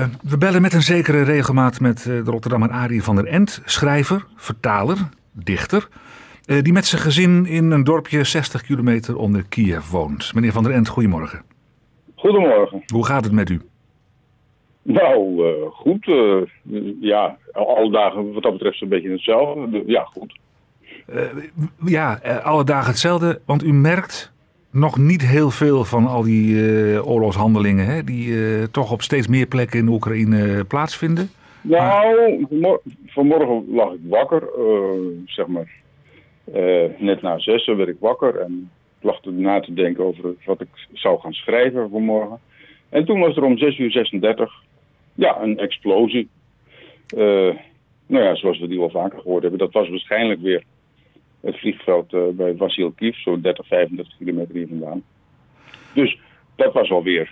We bellen met een zekere regelmaat met de Rotterdammer Arie van der End, schrijver, vertaler, dichter, die met zijn gezin in een dorpje 60 kilometer onder Kiev woont. Meneer van der End, goedemorgen. Goedemorgen. Hoe gaat het met u? Nou, goed. Alle dagen wat dat betreft een beetje hetzelfde. Ja, goed. Alle dagen hetzelfde, want u merkt nog niet heel veel van al die oorlogshandelingen, hè, die toch op steeds meer plekken in Oekraïne plaatsvinden. Nou, vanmorgen lag ik wakker, net na 6 werd ik wakker en ik lag na te denken over wat ik zou gaan schrijven vanmorgen. En toen was er om 6:36 een explosie. Zoals we die wel vaker gehoord hebben. Dat was waarschijnlijk weer het vliegveld bij Vasylkiv, zo 30, 35 kilometer hier vandaan. Dus dat was alweer,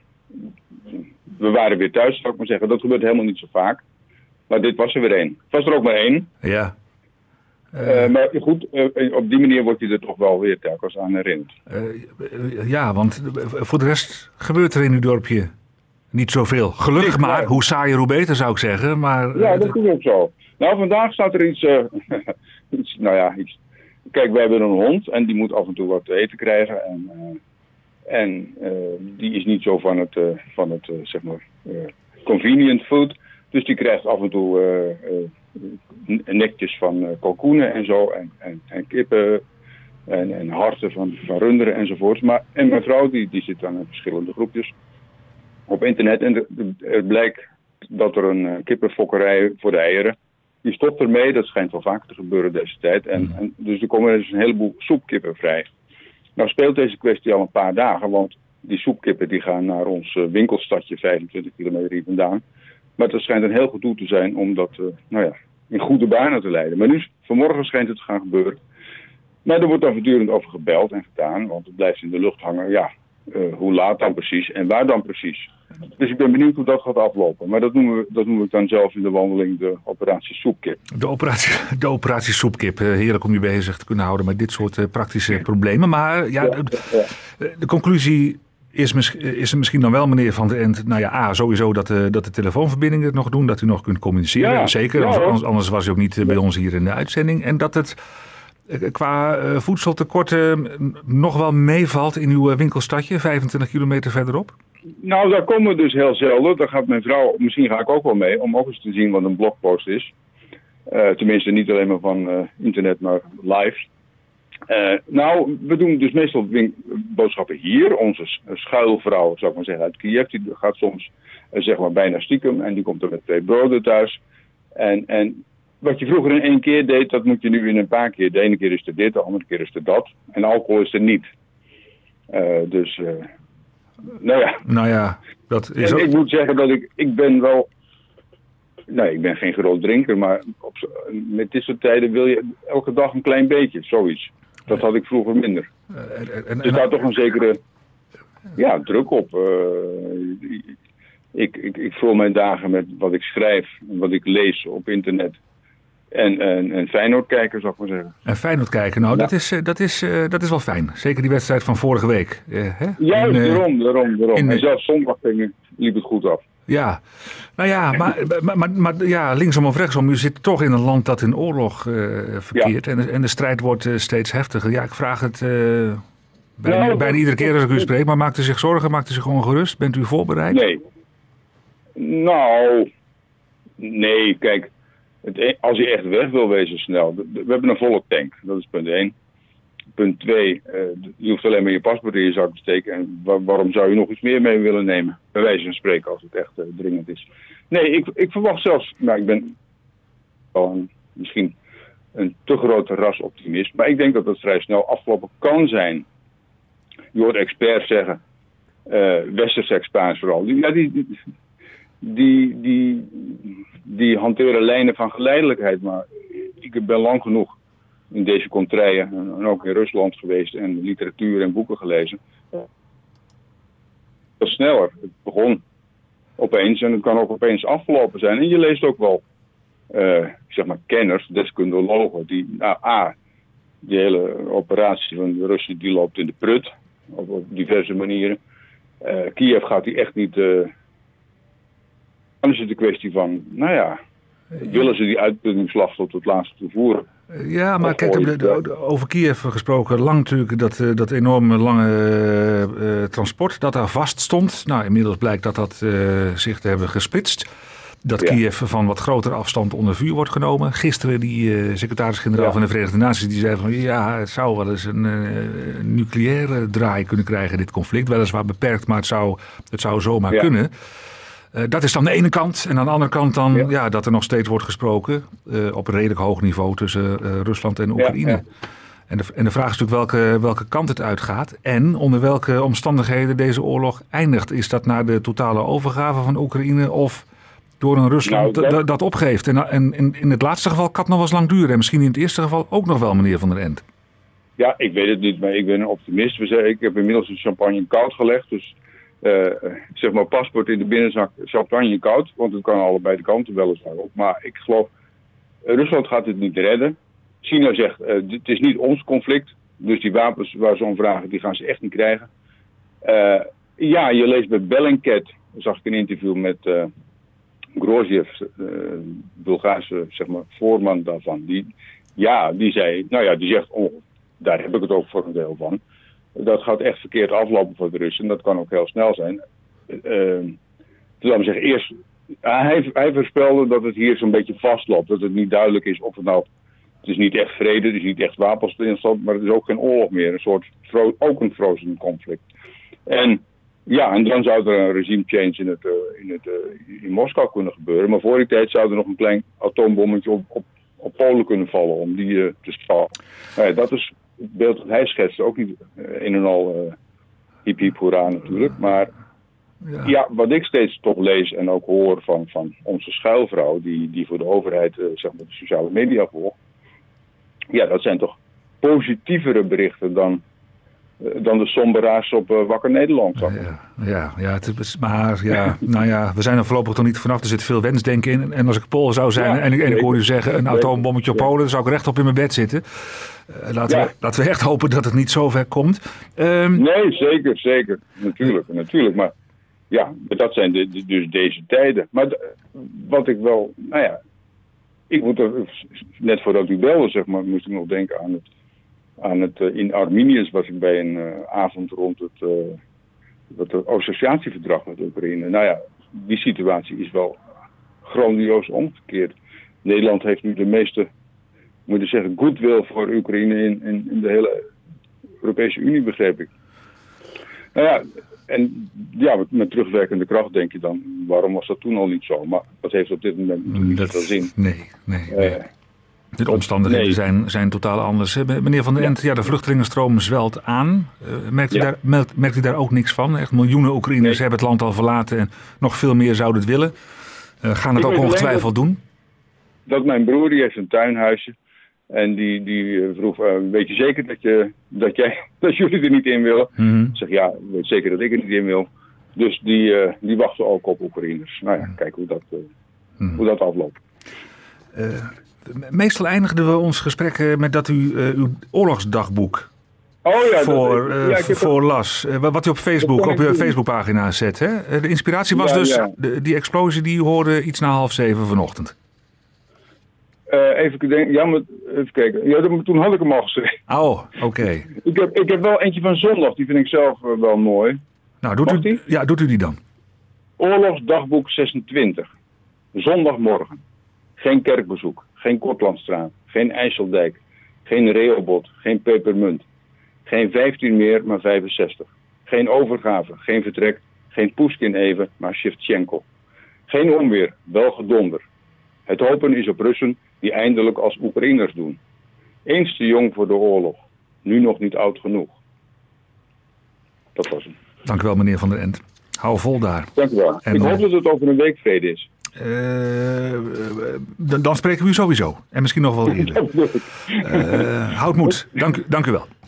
we waren weer thuis, zou ik maar zeggen. Dat gebeurt helemaal niet zo vaak. Maar dit was er weer één. Het was er ook maar één. Ja. Maar goed, op die manier word je er toch wel weer telkens aan herinnerd. Want voor de rest gebeurt er in uw dorpje niet zoveel. Gelukkig maar, hoe saaier hoe beter zou ik zeggen. Maar, ja, dat is ook zo. Nou, vandaag staat er iets. Kijk, wij hebben een hond en die moet af en toe wat te eten krijgen. En die is niet zo van het convenient food. Dus die krijgt af en toe nekjes van kalkoenen en zo. En kippen en harten van runderen enzovoorts. En mijn vrouw die zit dan in verschillende groepjes op internet. En er blijkt dat er een kippenfokkerij voor de eieren. Die stopt ermee, dat schijnt wel vaker te gebeuren deze tijd. En dus er komen dus een heleboel soepkippen vrij. Nou speelt deze kwestie al een paar dagen, want die soepkippen die gaan naar ons winkelstadje 25 kilometer hier vandaan. Maar het schijnt een heel gedoe te zijn om dat in goede banen te leiden. Maar nu, vanmorgen schijnt het te gaan gebeuren. Maar er wordt dan voortdurend over gebeld en gedaan, want het blijft in de lucht hangen. Ja, hoe laat dan precies en waar dan precies. Dus ik ben benieuwd hoe dat gaat aflopen. Maar dat noem ik dan zelf in de wandeling de operatie Soepkip. De operatie Soepkip. Heerlijk om je bezig te kunnen houden met dit soort praktische problemen. Maar de conclusie is misschien dan wel, meneer Van der End, sowieso dat de telefoonverbindingen het nog doen, dat u nog kunt communiceren. Ja, zeker, anders was u ook niet bij ons hier in de uitzending. En dat het qua voedseltekorten nog wel meevalt in uw winkelstadje, 25 kilometer verderop? Nou, daar komen we dus heel zelden. Daar gaat mijn vrouw, misschien ga ik ook wel mee, om ook eens te zien wat een blogpost is. Tenminste, niet alleen maar van internet, maar live. We doen dus meestal boodschappen hier. Onze schuilvrouw, zou ik maar zeggen, uit Kiev, die gaat soms bijna stiekem en die komt er met 2 broden thuis. En wat je vroeger in 1 keer deed, dat moet je nu in een paar keer. De ene keer is er dit, de andere keer is er dat. En alcohol is er niet. Dat is ook... Ik moet zeggen dat ik ben wel... Nee, ik ben geen groot drinker, maar met dit soort tijden wil je elke dag een klein beetje, zoiets. Dat had ik vroeger minder. Er staat toch een zekere druk op. Ik vul mijn dagen met wat ik schrijf en wat ik lees op internet. En Feyenoord kijken, zou ik maar zeggen. En Feyenoord kijken, dat is wel fijn. Zeker die wedstrijd van vorige week. Juist, daarom. En zelfs zondag liep het goed af. Ja, maar linksom of rechtsom, u zit toch in een land dat in oorlog verkeert. Ja. En de strijd wordt steeds heftiger. Ja, ik vraag het bijna iedere keer als ik u spreek, maar maakt u zich zorgen, maakt u zich ongerust? Bent u voorbereid? Nee, kijk, als je echt weg wil wezen snel, we hebben een volle tank, dat is punt 1. Punt 2, je hoeft alleen maar je paspoort in je zak te steken. En waarom zou je nog iets meer mee willen nemen? Bij wijze van spreken, als het echt dringend is. Nee, ik verwacht zelfs... ik ben wel misschien een te grote rasoptimist. Maar ik denk dat het vrij snel afgelopen kan zijn. Je hoort experts zeggen, westerse experts vooral. Die hanteren lijnen van geleidelijkheid. Maar ik ben lang genoeg in deze contraien en ook in Rusland geweest en literatuur en boeken gelezen. Dat sneller. Het begon opeens en het kan ook opeens afgelopen zijn. En je leest ook wel, kenners, deskundigen, die, die hele operatie van de Russen, die loopt in de prut, op diverse manieren. Kiev gaat die echt niet Dan is het een kwestie van, willen ze die uitputtingsslag tot het laatste voeren? Ja, maar kijk, over Kiev gesproken, lang natuurlijk dat enorme lange transport dat daar vast stond. Nou, inmiddels blijkt dat zich te hebben gespitst. Dat Kiev van wat grotere afstand onder vuur wordt genomen. Gisteren die secretaris-generaal van de Verenigde Naties die zei van het zou wel eens een nucleaire draai kunnen krijgen, dit conflict. Weliswaar beperkt, maar het zou zomaar kunnen. Dat is dan de ene kant. En aan de andere kant dan dat er nog steeds wordt gesproken op een redelijk hoog niveau tussen Rusland en Oekraïne. Ja. En de vraag is natuurlijk welke kant het uitgaat en onder welke omstandigheden deze oorlog eindigt. Is dat na de totale overgave van Oekraïne of door een Rusland dat opgeeft? En in het laatste geval kan het nog wel eens lang duren. En misschien in het eerste geval ook nog wel, meneer Van der End. Ja, ik weet het niet, maar ik ben een optimist. Ik heb inmiddels een champagne koud gelegd, dus zeg maar paspoort in de binnenzak, champagne koud, want het kan allebei de kanten weliswaar op. Maar ik geloof, Rusland gaat het niet redden. China zegt, het is niet ons conflict, dus die wapens waar ze om vragen, die gaan ze echt niet krijgen. Je leest bij Bellingcat, zag ik een interview met Groziev, Bulgaarse zeg maar voorman daarvan. Die zei, die zegt, daar heb ik het ook voor een deel van. Dat gaat echt verkeerd aflopen voor de Russen. En dat kan ook heel snel zijn. Laten we zeggen, eerst... Hij voorspelde dat het hier zo'n beetje vastloopt. Dat het niet duidelijk is of het nou... Het is niet echt vrede, het is niet echt wapenstilstand, maar het is ook geen oorlog meer. Een soort... ook een frozen conflict. En dan zou er een regime change in Moskou kunnen gebeuren. Maar voor die tijd zou er nog een klein atoombommetje op Polen kunnen vallen om die te stallen. Dat is... Het beeld dat hij schetst ook niet in en al hip hip hoera natuurlijk. Maar wat ik steeds toch lees en ook hoor van onze schuilvrouw die voor de overheid zeg maar de sociale media volgt. Ja, dat zijn toch positievere berichten dan de somberaars op Wakker Nederland. We zijn er voorlopig nog niet vanaf. Er zit veel wensdenken in. En als ik Pool zou zijn en ik hoor u zeggen een atoombommetje op Polen, dan zou ik rechtop in mijn bed zitten. Laten we echt hopen dat het niet zo ver komt. Nee, zeker. Natuurlijk. Maar dat zijn dus deze tijden. Maar wat ik wel, ik moet er, net voordat u belde, zeg maar, moest ik nog denken aan het in Arminius was ik bij een avond rond het associatieverdrag met Oekraïne. Die situatie is wel grandioos omgekeerd. Nederland heeft nu de meeste, moet ik zeggen, goodwill voor Oekraïne in de hele Europese Unie, begreep ik. Met terugwerkende kracht denk je dan, waarom was dat toen al niet zo? Maar dat heeft op dit moment natuurlijk niet veel zin. Nee. De omstandigheden zijn totaal anders. Meneer Van der End, de vluchtelingenstroom zwelt aan. Merkt u daar ook niks van? Echt miljoenen Oekraïners hebben het land al verlaten en nog veel meer zouden het willen. Gaan het ook ongetwijfeld doen? Dat mijn broer, die heeft een tuinhuisje. En die vroeg, weet je zeker dat jullie er niet in willen? Mm-hmm. Ik zeg, ik weet zeker dat ik er niet in wil. Dus die wachten ook op Oekraïners. Kijk hoe dat afloopt. Meestal eindigden we ons gesprek met dat u uw oorlogsdagboek voorlas. Wat u op Facebook, op uw Facebookpagina zet. Hè? De inspiratie was die explosie die u hoorde iets na 6:30 vanochtend. Even kijken. Ja, toen had ik hem al geschreven. Oh, oké. Ik heb wel eentje van zondag, die vind ik zelf wel mooi. Nou, doet u die dan. Oorlogsdagboek 26. Zondagmorgen. Geen kerkbezoek, geen Kortlandstraat, geen IJsseldijk, geen Rehoboth, geen pepermunt. Geen 15 meer, maar 65. Geen overgave, geen vertrek, geen Poeskin even, maar Shevchenko. Geen onweer, wel gedonder. Het hopen is op Russen die eindelijk als Oekraïners doen. Eens te jong voor de oorlog, nu nog niet oud genoeg. Dat was hem. Dank u wel, meneer Van der End. Hou vol daar. Dank u wel. Ik hoop dat het over een week vrede is. Dan spreken we u sowieso. En misschien nog wel eerder. Houd moed. Dank u wel.